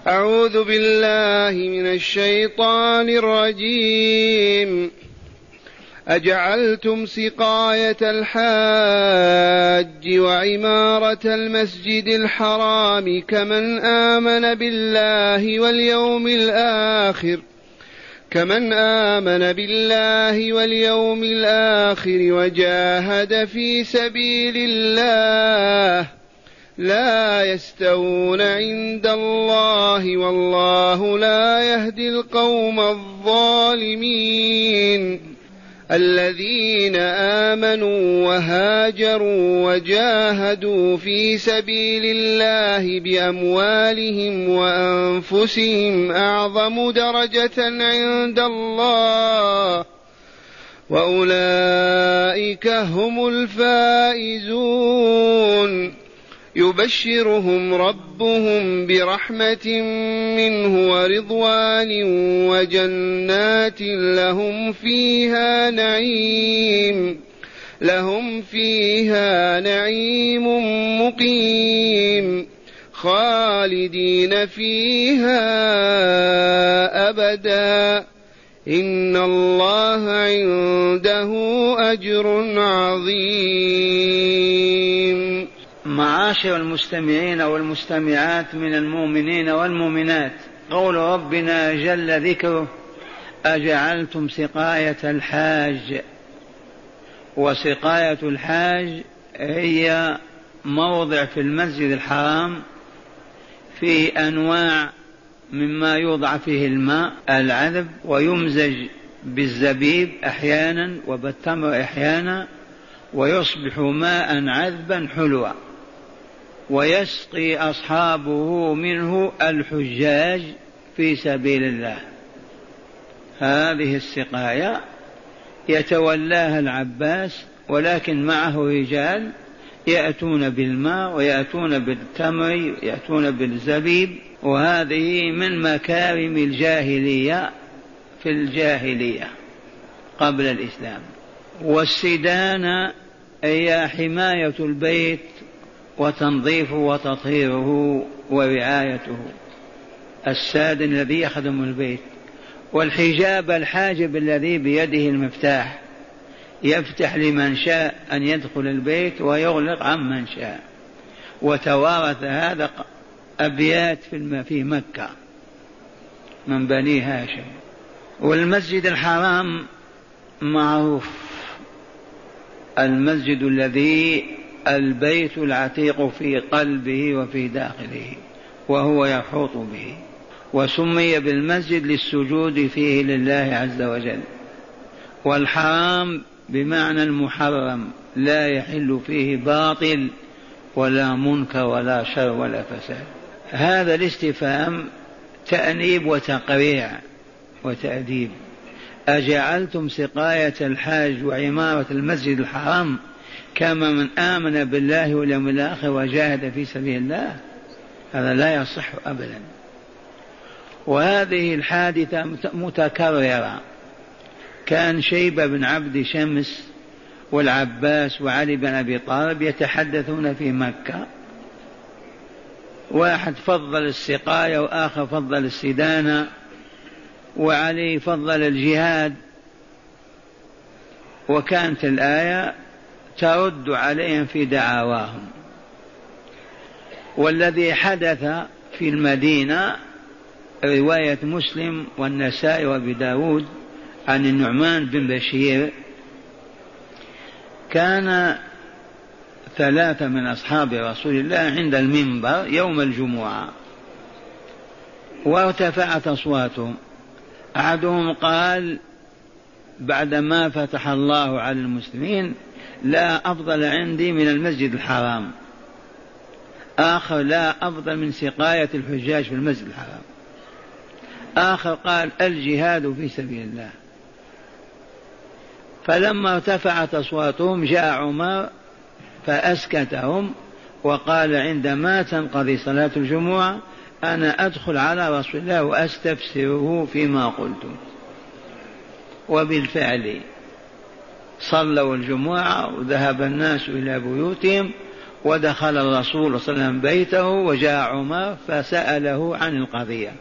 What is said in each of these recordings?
أعوذ بالله من الشيطان الرجيم. أجعلتم سقاية الحاج وعمارة المسجد الحرام كمن آمن بالله واليوم الآخر وجاهد في سبيل الله لا يستوون عند الله والله لا يهدي القوم الظالمين. الذين آمنوا وهاجروا وجاهدوا في سبيل الله بأموالهم وأنفسهم أعظم درجة عند الله وأولئك هم الفائزون. يبشرهم ربهم برحمة منه ورضوان وجنات لهم فيها نعيم مقيم خالدين فيها أبدا إن الله عنده أجر عظيم. معاشر المستمعين والمستمعات من المؤمنين والمؤمنات، قول ربنا جل ذكره: أجعلتم سقاية الحاج. وسقاية الحاج هي موضع في المسجد الحرام في أنواع مما يوضع فيه الماء العذب ويمزج بالزبيب أحيانا وبالتمر أحيانا ويصبح ماء عذبا حلوا، ويسقي أصحابه منه الحجاج في سبيل الله. هذه السقاية يتولاها العباس، ولكن معه رجال يأتون بالماء ويأتون بالتمر ويأتون بالزبيب، وهذه من مكارم الجاهلية في الجاهلية قبل الإسلام. والسدانة هي حماية البيت وتنظيفه وتطهيره ورعايته، السادن الذي يخدم البيت. والحجاب الحاجب الذي بيده المفتاح يفتح لمن شاء أن يدخل البيت ويغلق عمن شاء. وتوارث هذا أبيات في مكة من بني هاشم. والمسجد الحرام معروف، المسجد الذي البيت العتيق في قلبه وفي داخله وهو يحوط به، وسمي بالمسجد للسجود فيه لله عز وجل. والحرام بمعنى المحرم، لا يحل فيه باطل ولا منكر ولا شر ولا فساد. هذا الاستفهام تأنيب وتقريع وتأديب. أجعلتم سقاية الحاج وعمارة المسجد الحرام كما من آمن بالله واليوم الآخر وجاهد في سبيل الله؟ هذا لا يصح أبدا. وهذه الحادثة متكررة. كان شيبة بن عبد شمس والعباس وعلي بن أبي طالب يتحدثون في مكة، واحد فضل السقاية وآخر فضل السدانة، وعلي فضل الجهاد، وكانت الآية ترد عليهم في دعواهم. والذي حدث في المدينة رواية مسلم والنسائي وابي داود عن النعمان بن بشير، كان 3 من أصحاب رسول الله عند المنبر يوم الجمعة وارتفعت أصواتهم. أحدهم قال بعدما فتح الله على المسلمين: لا أفضل عندي من المسجد الحرام. آخر: لا أفضل من سقاية الحجاج في المسجد الحرام. آخر قال: الجهاد في سبيل الله. فلما ارتفعت أصواتهم جاء عمر فأسكتهم وقال: عندما تنقضي صلاة الجمعة أنا أدخل على رسول الله وأستفسره فيما قلت. وبالفعل صلوا الجمعة وذهب الناس إلى بيوتهم، ودخل الرسول صلى الله عليه وسلم بيته وجاء عمر فسأله عن القضية،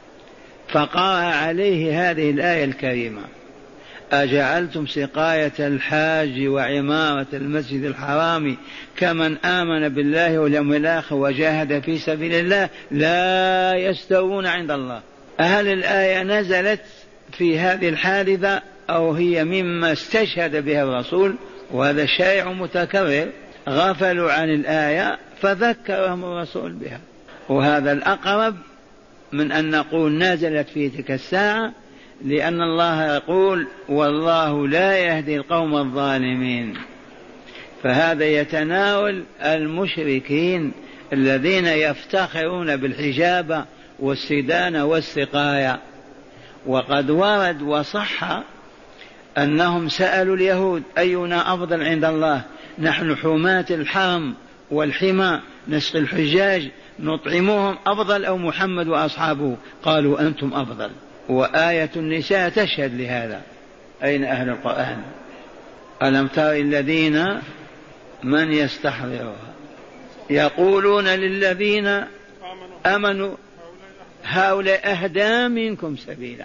فقرأ عليه هذه الآية الكريمة: أجعلتم سقاية الحاج وعمارة المسجد الحرام كمن آمن بالله واليوم الآخر وجاهد في سبيل الله لا يستوون عند الله. هل الآية نزلت في هذه الحادثة أو هي مما استشهد بها الرسول؟ وهذا شائع متكرر، غفلوا عن الآية فذكرهم الرسول بها، وهذا الأقرب من أن نقول نزلت في تلك الساعة، لأن الله يقول: والله لا يهدي القوم الظالمين. فهذا يتناول المشركين الذين يفتخرون بالحجاب والسدانة والسقاية. وقد ورد وصح أنهم سألوا اليهود: أينا أفضل عند الله؟ نحن حماة الحرم والحمى نسقي الحجاج نطعمهم أفضل أو محمد وأصحابه؟ قالوا: أنتم أفضل. وآية النساء تشهد لهذا. أين أهل القرآن؟ ألم تر الذين من يستحضرها يقولون للذين آمنوا هؤلاء أهدى منكم سبيلا،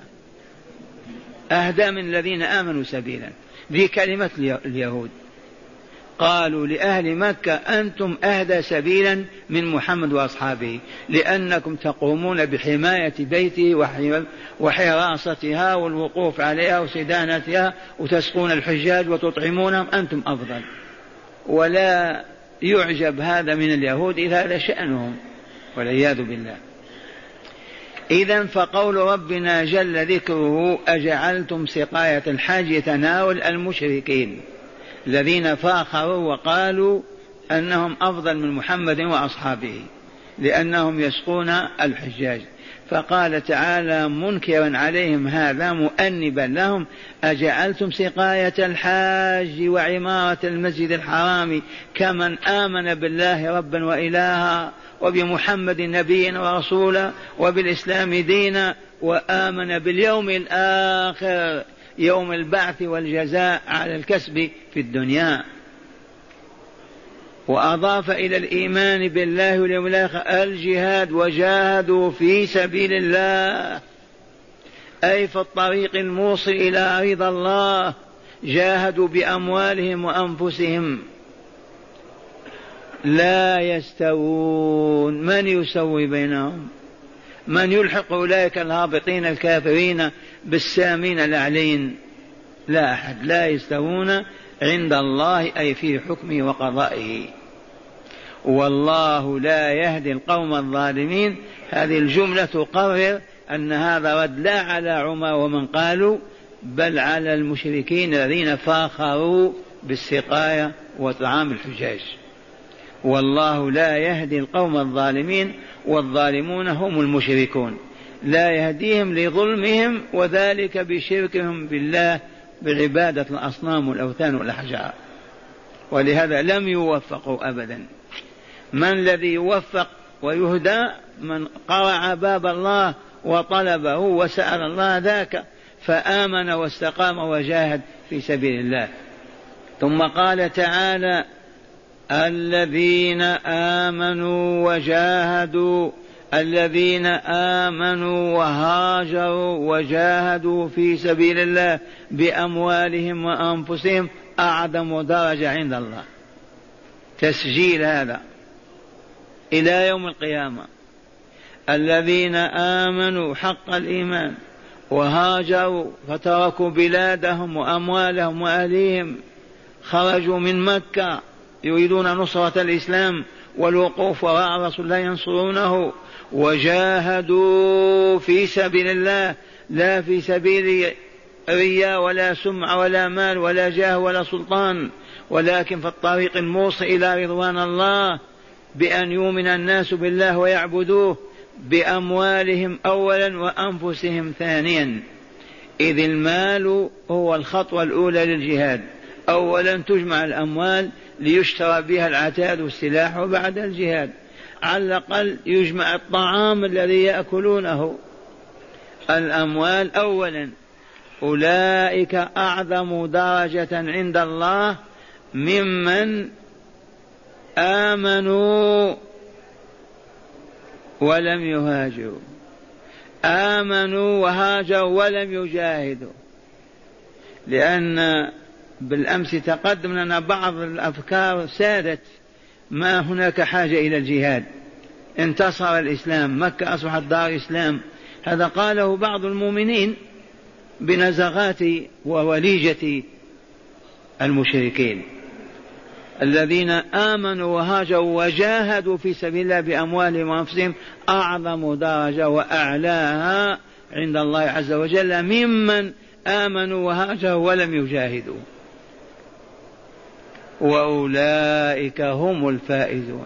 أهدى من الذين آمنوا سبيلا. ذي كلمة اليهود، قالوا لأهل مكة: أنتم أهدى سبيلا من محمد وأصحابه، لأنكم تقومون بحماية بيته وحراستها والوقوف عليها وسدانتها وتسقون الحجاج وتطعمونهم، أنتم أفضل. ولا يعجب هذا من اليهود إذا هذا شأنهم والعياذ بالله. إذن فقول ربنا جل ذكره: أجعلتم سقاية الحاج يتناول المشركين الذين فاخروا وقالوا أنهم أفضل من محمد وأصحابه لأنهم يسقون الحجاج. فقال تعالى منكرا عليهم هذا مؤنبا لهم: أجعلتم سقاية الحاج وعمارة المسجد الحرام كمن آمن بالله ربا وإلها وبمحمد نبيا ورسولا وبالإسلام دينا وآمن باليوم الآخر، يوم البعث والجزاء على الكسب في الدنيا. وأضاف إلى الإيمان بالله واليوم الآخر الجهاد: وجاهدوا في سبيل الله، أي في الطريق الموصل إلى رضا الله، جاهدوا بأموالهم وأنفسهم. لا يستوون، من يسوي بينهم؟ من يلحق أولئك الهابطين الكافرين بالسامين الأعلين؟ لا أحد. لا يستوون عند الله، أي في حكمه وقضائه. والله لا يهدي القوم الظالمين. هذه الجملة تقرر أن هذا رد لا على عمر ومن قالوا، بل على المشركين الذين فاخروا بالسقاية وطعام الحجاج. والله لا يهدي القوم الظالمين، والظالمون هم المشركون، لا يهديهم لظلمهم وذلك بشركهم بالله بعبادة الأصنام والأوثان والأحجار، ولهذا لم يوفقوا أبدا. من الذي يوفق ويهدى؟ من قرع باب الله وطلبه وسأل الله ذاك فآمن واستقام وجاهد في سبيل الله. ثم قال تعالى: الذين آمنوا وجاهدوا، الذين آمنوا وهاجروا وجاهدوا في سبيل الله بأموالهم وأنفسهم أعظم درجة عند الله. تسجيل هذا إلى يوم القيامة. الذين آمنوا حق الإيمان وهاجروا فتركوا بلادهم وأموالهم وأهليهم، خرجوا من مكة يريدون نصرة الإسلام والوقوف وراء رسول الله ينصرونه، وجاهدوا في سبيل الله، لا في سبيل رياء ولا سمع ولا مال ولا جاه ولا سلطان، ولكن في الطريق الموصل إلى رضوان الله، بأن يؤمن الناس بالله ويعبدوه بأموالهم أولا وأنفسهم ثانيا. إذ المال هو الخطوة الأولى للجهاد. أولا تجمع الأموال ليشترى بها العتاد والسلاح، وبعد الجهاد على الأقل يجمع الطعام الذي يأكلونه. الأموال أولا. أولئك أعظم درجة عند الله ممن آمنوا ولم يهاجروا، آمنوا وهاجروا ولم يجاهدوا. لأن بالأمس تقدم لنا بعض الأفكار سادت ما هناك حاجة إلى الجهاد، انتصر الإسلام، مكة أصبحت دار إسلام. هذا قاله بعض المؤمنين بنزغات ووليجة المشركين. الذين آمنوا وهاجروا وجاهدوا في سبيل الله بأموالهم وأنفسهم أعظم درجة وأعلاها عند الله عز وجل ممن آمنوا وهاجروا ولم يجاهدوا، وأولئك هم الفائزون.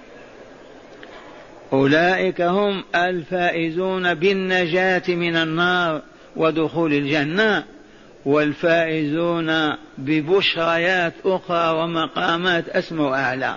أولئك هم الفائزون بالنجاة من النار ودخول الجنة، والفائزون ببشريات أخرى ومقامات أسمى وأعلى.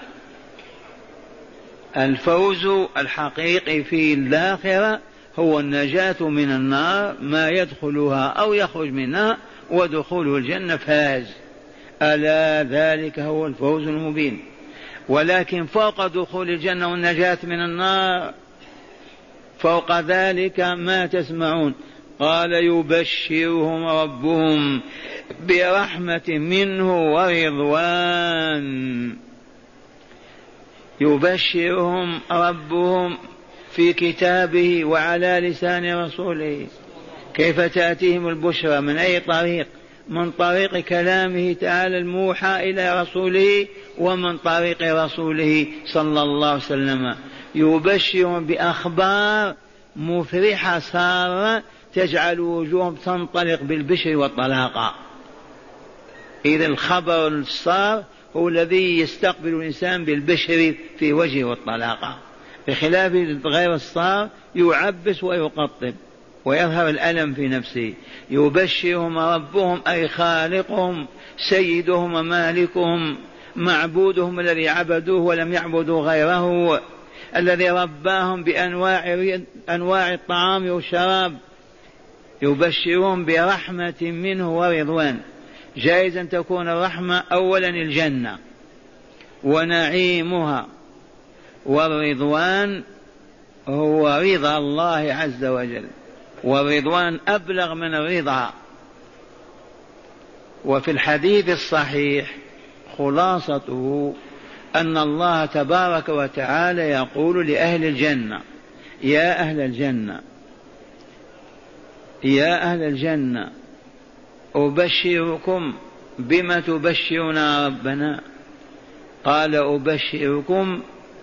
الفوز الحقيقي في الآخرة هو النجاة من النار، ما يدخلها أو يخرج منها، ودخوله الجنة فاز. ألا ذلك هو الفوز المبين. ولكن فوق دخول الجنة والنجاة من النار، فوق ذلك ما تسمعون، قال يبشرهم ربهم برحمة منه ورضوان. يبشرهم ربهم في كتابه وعلى لسان رسوله. كيف تأتيهم البشرى؟ من أي طريق؟ من طريق كلامه تعالى الموحى إلى رسوله، ومن طريق رسوله صلى الله عليه وسلم. يبشرهم بأخبار مفرحة سارة تجعل وجوههم تنطلق بالبشر والطلاقة. إذا الخبر السار هو الذي يستقبل الإنسان بالبشر في وجهه والطلاقة، بخلاف غير السار يعبس ويقطب ويظهر الألم في نفسه. يبشرهم ربهم أي خالقهم سيدهم ومالكهم معبودهم الذي عبدوه ولم يعبدوا غيره، الذي رباهم بأنواع الطعام والشراب. يبشرهم برحمة منه ورضوان. جائز أن تكون الرحمة أولا الجنة ونعيمها، والرضوان هو رضا الله عز وجل، والرضوان أبلغ من الرضا. وفي الحديث الصحيح خلاصته أن الله تبارك وتعالى يقول لأهل الجنة: يا أهل الجنة، يا أهل الجنة، أبشركم بما تبشرنا ربنا. قال: أبشركم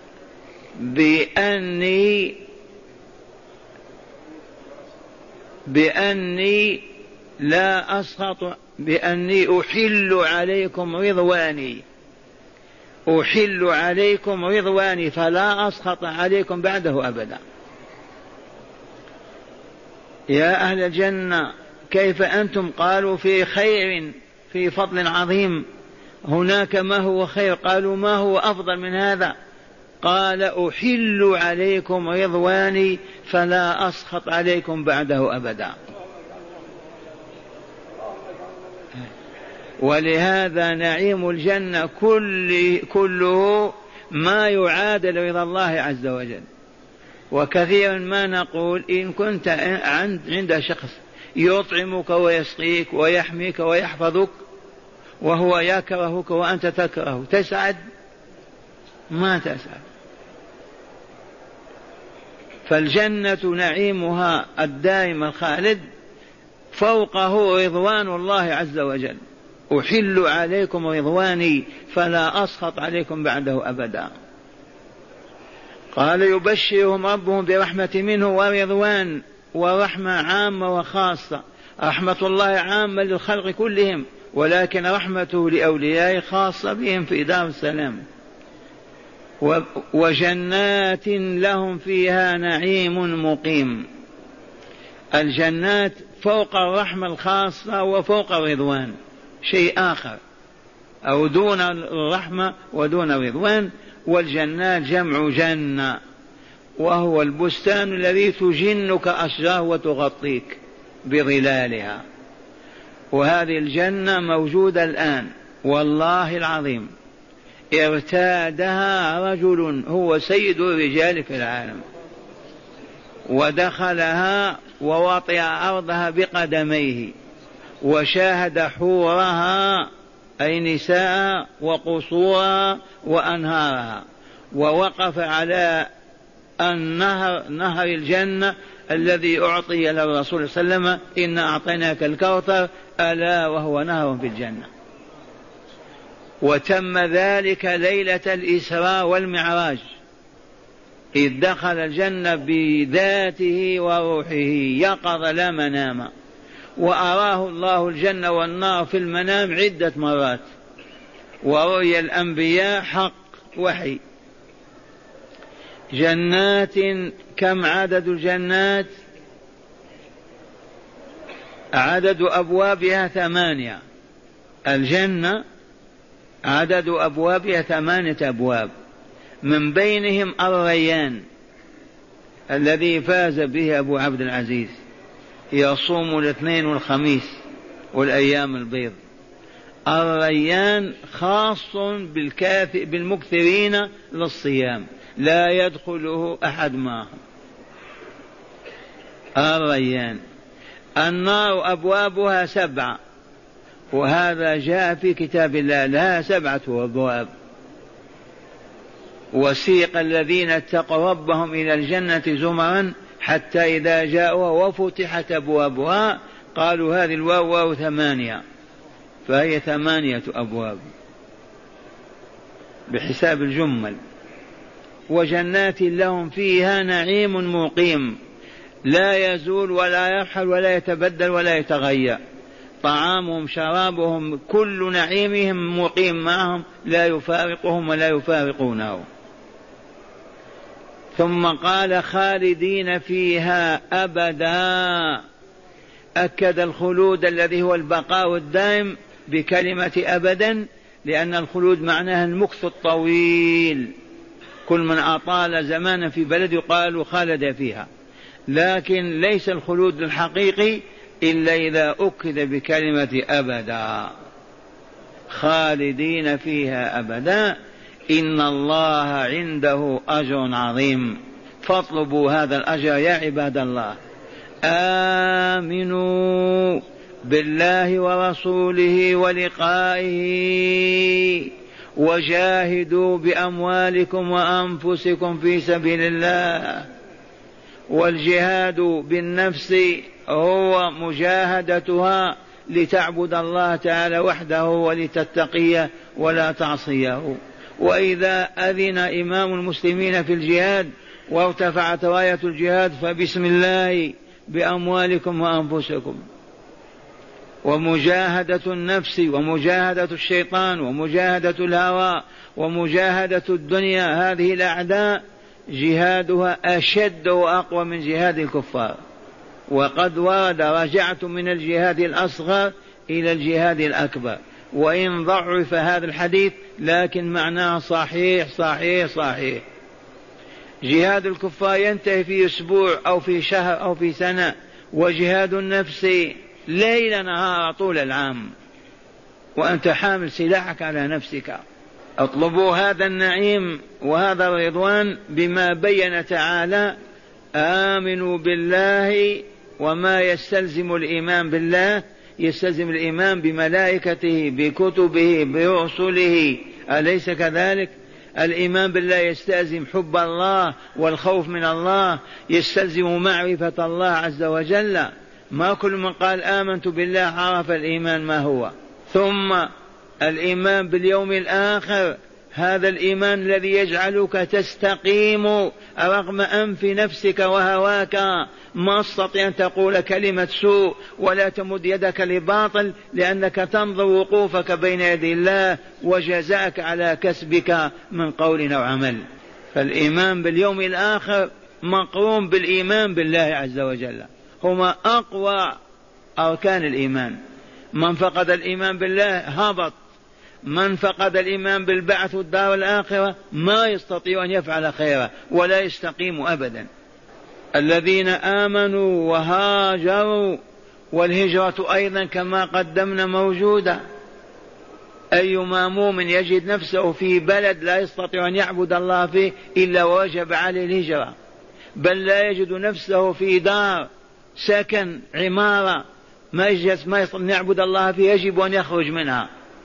بأني لا أسخط، بأني أحل عليكم رضواني، أحل عليكم رضواني فلا أسخط عليكم بعده أبدا. يا أهل الجنة كيف أنتم؟ قالوا في خير، في فضل عظيم، هناك ما هو خير. قالوا: ما هو أفضل من هذا؟ قال: أحل عليكم رضواني فلا أسخط عليكم بعده أبدا. ولهذا نعيم الجنة كله ما يعادل رضا الله عز وجل. وكثيرا ما نقول إن كنت عند شخص يطعمك ويسقيك ويحميك ويحفظك وهو يكرهك وأنت تكره، تسعد؟ ما تسعد. فالجنة نعيمها الدائم الخالد، فوقه رضوان الله عز وجل. أحل عليكم رضواني فلا أسخط عليكم بعده أبدا. قال: يبشرهم ربهم برحمة منه ورضوان. ورحمة عامة وخاصة. رحمة الله عامة للخلق كلهم، ولكن رحمته لأوليائه خاصة بهم في دار السلام. وجنات لهم فيها نعيم مقيم. الجنات فوق الرحمة الخاصة وفوق الرضوان شيء آخر، أو دون الرحمة ودون الرضوان. والجنات جمع جنة، وهو البستان الذي تجنك أشجار وتغطيك بظلالها. وهذه الجنة موجودة الآن والله العظيم. ارتادها رجل هو سيد الرجال في العالم، ودخلها ووطئ أرضها بقدميه وشاهد حورها أي نساء وقصورها وأنهارها، ووقف على نهر الجنة الذي أعطي للرسول صلى الله عليه وسلم: إن أعطيناك الكوثر ألا وهو نهر في الجنة. وتم ذلك ليلة الإسراء والمعراج، إذ دخل الجنة بذاته وروحه يقظ لا منام، وأراه الله الجنة والنار في المنام عدة مرات، ورؤيا الأنبياء حق وحي. جنات، كم عدد الجنات؟ عدد أبوابها 8. الجنة عدد أبوابها 8 أبواب، من بينهم الريان الذي فاز به أبو عبد العزيز، يصوم الاثنين والخميس والأيام البيض. الريان خاص بالمكثرين للصيام، لا يدخله أحد معهم. الريان. النار أبوابها 7، وهذا جاء في كتاب الله، لها 7 أبواب. وسيق الذين اتقوا ربهم إلى الجنة زمرا حتى إذا جاءوا وفتحت أبوابها قالوا هذه الواو 8، فهي 8 أبواب بحساب الجمل. وجنات لهم فيها نعيم مقيم لا يزول ولا يرحل ولا يتبدل ولا يتغير، طعامهم شرابهم كل نعيمهم مقيم معهم لا يفارقهم ولا يفارقونه. ثم قال: خالدين فيها أبدا. أكد الخلود الذي هو البقاء الدائم بكلمة أبدا، لأن الخلود معناها المكث الطويل، كل من أطال زمانا في بلد يقال خالد فيها، لكن ليس الخلود الحقيقي إلا إذا أكد بكلمة أبدا. خالدين فيها أبدا، إن الله عنده أجر عظيم، فاطلبوا هذا الأجر يا عباد الله. آمنوا بالله ورسوله ولقائه، وجاهدوا بأموالكم وأنفسكم في سبيل الله. والجهاد بالنفس هو مجاهدتها لتعبد الله تعالى وحده ولتتقيه ولا تعصيه. وإذا أذن إمام المسلمين في الجهاد وارتفعت راية الجهاد فبسم الله بأموالكم وأنفسكم. ومجاهدة النفس ومجاهدة الشيطان ومجاهدة الهوى ومجاهدة الدنيا، هذه الأعداء جهادها أشد وأقوى من جهاد الكفار. وقد ورد: رجعت من الجهاد الأصغر إلى الجهاد الأكبر، وإن ضعف هذا الحديث لكن معناه صحيح صحيح صحيح. جهاد الكفار ينتهي في أسبوع أو في شهر أو في سنة، وجهاد النفس ليل نهار طول العام، وأنت حامل سلاحك على نفسك. اطلبوا هذا النعيم وهذا الرضوان بما بين تعالى: آمنوا بالله، وما يستلزم الإيمان بالله يستلزم الإيمان بملائكته بكتبه برسله، أليس كذلك؟ الإيمان بالله يستلزم حب الله والخوف من الله، يستلزم معرفة الله عز وجل. ما كل من قال آمنت بالله عرف الإيمان ما هو. ثم الإيمان باليوم الآخر، هذا الإيمان الذي يجعلك تستقيم رغم أنف نفسك وهواك، ما استطيع أن تقول كلمة سوء ولا تمد يدك لباطل، لأنك تنظر وقوفك بين يدي الله وجزاك على كسبك من قول أو عمل. فالإيمان باليوم الآخر مقرون بالإيمان بالله عز وجل، هما أقوى أركان الإيمان. من فقد الإيمان بالله هبط، من فقد الإيمان بالبعث والدار الآخرة ما يستطيع أن يفعل خيرا ولا يستقيم أبدا. الذين آمنوا وهاجروا، والهجرة أيضا كما قدمنا موجودة، أيما مؤمن يجد نفسه في بلد لا يستطيع أن يعبد الله فيه إلا وجب عليه الهجرة، بل لا يجد نفسه في دار سكن عمارة ما يستطيع أن يعبد الله فيه يجب أن يخرج منها.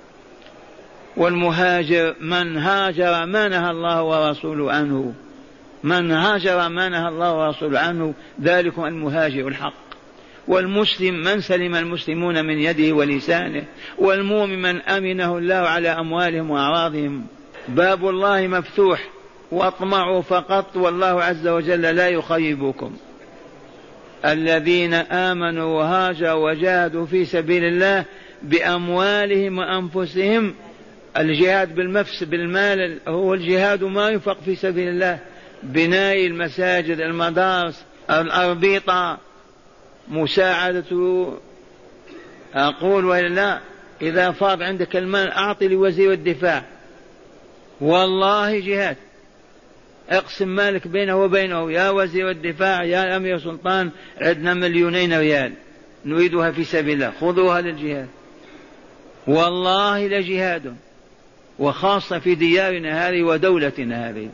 والمهاجر من هاجر ما نهى الله ورسوله عنه، من هاجر ما نهى الله ورسوله عنه ذلك المهاجر الحق. والمسلم من سلم المسلمون من يده ولسانه، والمؤمن من أمنه الله على أموالهم وأعراضهم. باب الله مفتوح واطمعوا فقط والله عز وجل لا يخيبكم. الذين آمنوا وهاجروا وجاهدوا في سبيل الله بأموالهم وأنفسهم. الجهاد بالمال هو الجهاد ما ينفق في سبيل الله، بناء المساجد، المدارس، الأربطة، مساعدة. أقول وإلا إذا فاض عندك المال أعطي لوزير الدفاع، والله جهاد. اقسم مالك بينه وبينه، يا وزير الدفاع يا أمير سلطان عندنا 2,000,000 ريال نريدها في سبيل الله، خذوها للجهاد، والله لجهاد، وخاصة في ديارنا هذه ودولتنا هذه.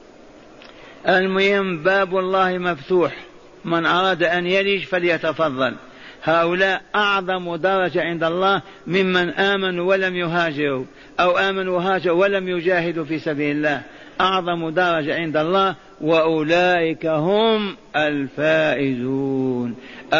المهم باب الله مفتوح، من أراد أن يلج فليتفضل. هؤلاء أعظم درجة عند الله ممن آمنوا ولم يهاجروا، أو آمنوا وهاجروا ولم يجاهدوا في سبيل الله، أعظم درجة عند الله، وأولئك هم الفائزون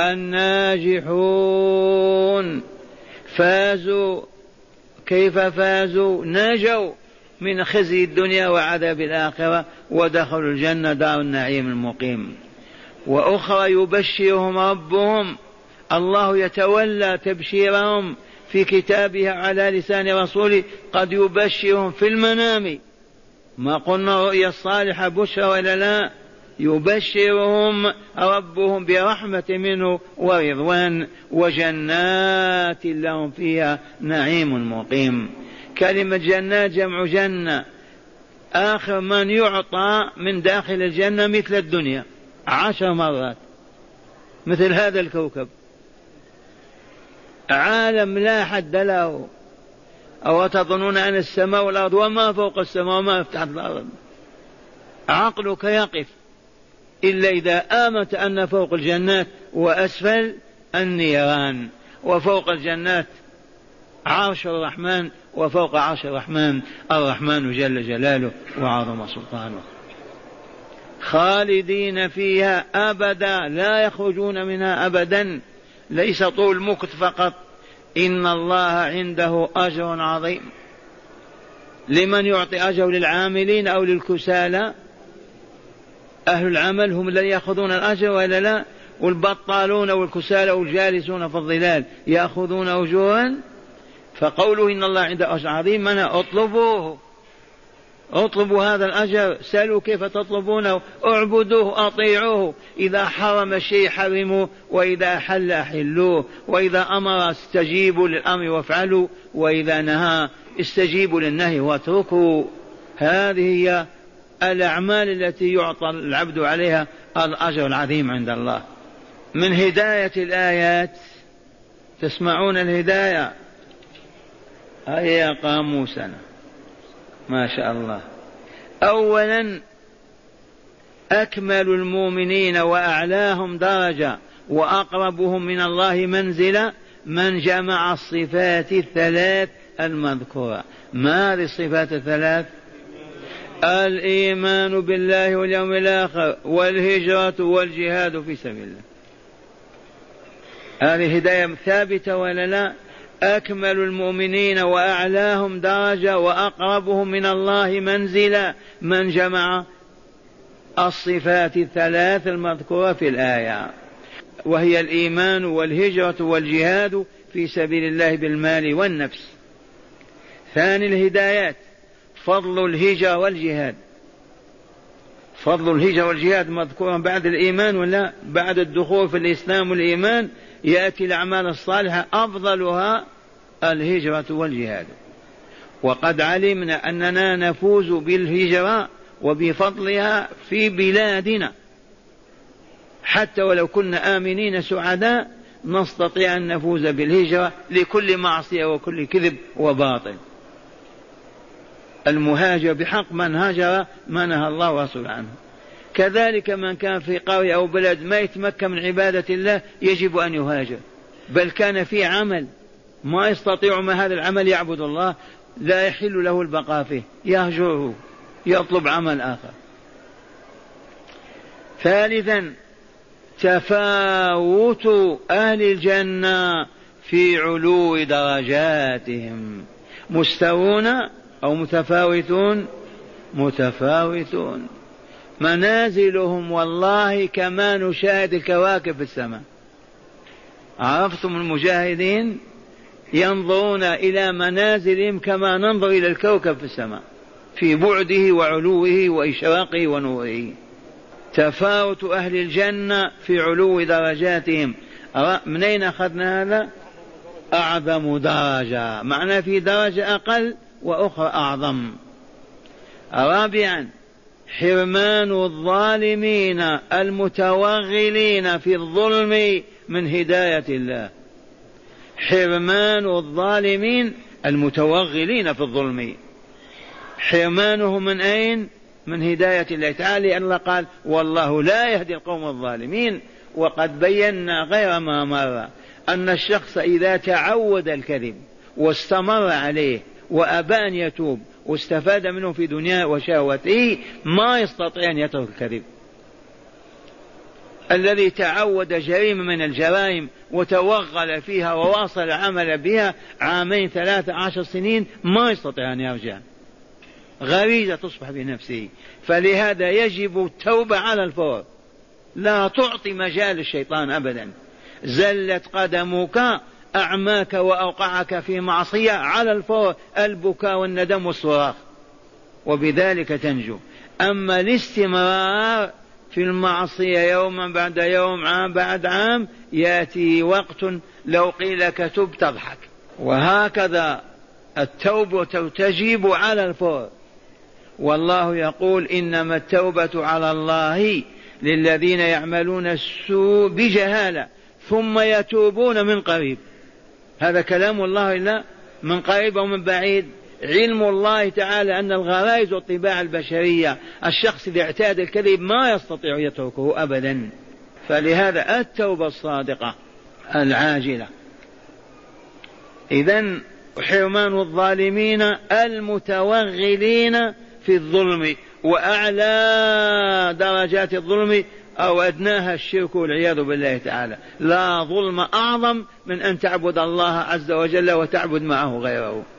الناجحون. فازوا. كيف فازوا؟ نجوا من خزي الدنيا وعذاب الآخرة ودخلوا الجنة دار النعيم المقيم. وأخرى يبشرهم ربهم، الله يتولى تبشيرهم في كتابه على لسان رسوله، قد يبشرهم في المنام، ما قلنا رؤيا الصالحة بشرى ولا لا؟ يبشرهم ربهم برحمة منه ورضوان وجنات لهم فيها نعيم مقيم. كلمة جنات جمع جنة، آخر من يعطى من داخل الجنة مثل الدنيا 10 مرات، مثل هذا الكوكب، عالم لا حد له. أو تظنون أن السماء والأرض وما فوق السماء وما تحت الأرض، عقلك يقف إلا إذا آمنت أن فوق الجنات وأسفل النيران، وفوق الجنات عرش الرحمن، وفوق عرش الرحمن الرحمن جل جلاله وعظم سلطانه. خالدين فيها أبدا لا يخرجون منها أبدا، ليس طول مكث فقط، إن الله عنده أجر عظيم. لمن يعطي أجر؟ للعاملين أو للكسالى؟ أهل العمل هم الذين يأخذون الأجر ولا لا؟ والبطالون والكسالى والجالسون في الظلال يأخذون أجورا؟ فقوله إن الله عنده أجر عظيم من اطلبوه، اطلبوا هذا الأجر، سألوا كيف تطلبونه، اعبدوه أطيعوه، إذا حرم الشيء حرموه، وإذا أحل أحلوه، وإذا أمر استجيبوا للأمر وافعلوا، وإذا نهى استجيبوا للنهي واتركوا. هذه هي الأعمال التي يعطى العبد عليها الأجر العظيم عند الله. من هداية الآيات، تسمعون الهداية؟ هيا قاموسنا ما شاء الله. أولا أكمل المؤمنين وأعلاهم درجة وأقربهم من الله منزلة من جمع الصفات الثلاث المذكورة. ما هذه الصفات الثلاث؟ الإيمان بالله واليوم الآخر، والهجرة، والجهاد في سبيل الله. هذه هداية ثابتة ولا لا؟ أكمل المؤمنين وأعلاهم درجة وأقربهم من الله منزلة من جمع الصفات الثلاث المذكورة في الآية، وهي الإيمان والهجرة والجهاد في سبيل الله بالمال والنفس. ثاني الهدايات فضل الهجرة والجهاد. فضل الهجرة والجهاد مذكورا بعد الإيمان ولا؟ بعد الدخول في الإسلام والإيمان يأتي الأعمال الصالحة أفضلها الهجرة والجهاد. وقد علمنا أننا نفوز بالهجرة وبفضلها في بلادنا، حتى ولو كنا آمنين سعداء نستطيع أن نفوز بالهجرة لكل معصية وكل كذب وباطل. المهاجر بحق من هاجر ما نهى الله ورسوله عنه. كذلك من كان في قرية أو بلد ما يتمكن من عبادة الله يجب أن يهاجر، بل كان في عمل ما يستطيع ما هذا العمل يعبد الله لا يحل له البقاء فيه، يهجره يطلب عمل آخر. ثالثا تفاوت أهل الجنة في علو درجاتهم، مستوون أو متفاوتون؟ متفاوتون. منازلهم والله كما نشاهد الكواكب في السماء. عرفتم المجاهدين ينظرون إلى منازلهم كما ننظر إلى الكوكب في السماء في بعده وعلوه وإشراقه ونوره. تفاوت أهل الجنة في علو درجاتهم. من أين أخذنا هذا؟ أعظم درجة، معنى في درجة أقل وأخرى أعظم. رابعا حرمان الظالمين المتوغلين في الظلم من هداية الله. حرمان الظالمين المتوغلين في الظلم، حرمانهم من أين؟ من هداية الله تعالى، لأن الله قال والله لا يهدي القوم الظالمين. وقد بينا غير ما مر أن الشخص إذا تعود الكذب واستمر عليه وأبى أن يتوب واستفاد منه في دنياه وشهوته ما يستطيع أن يترك الكذب. الذي تعود جريمة من الجرائم وتوغل فيها وواصل العمل بها 2 3 10 سنين ما يستطيع أن يرجع، غريزة تصبح بنفسه. فلهذا يجب التوبة على الفور، لا تعطي مجال الشيطان أبدا. زلت قدمك أعماك وأوقعك في معصية على الفور، البكاء والندم والصراخ، وبذلك تنجو. أما الاستمرار في المعصية يوما بعد يوم عام بعد عام يأتي وقت لو قيل لك تب تضحك. وهكذا التوبة تجب على الفور. والله يقول إنما التوبة على الله للذين يعملون السوء بجهالة ثم يتوبون من قريب. هذا كلام الله إلا من قريب ومن بعيد. علم الله تعالى أن الغرائز والطباع البشرية، الشخص إذا اعتاد الكذب ما يستطيع يتركه أبدا. فلهذا التوبة الصادقة العاجلة. إذن حرمان الظالمين المتوغلين في الظلم، وأعلى درجات الظلم أو أدناها الشرك والعياذ بالله تعالى. لا ظلم أعظم من أن تعبد الله عز وجل وتعبد معه غيره.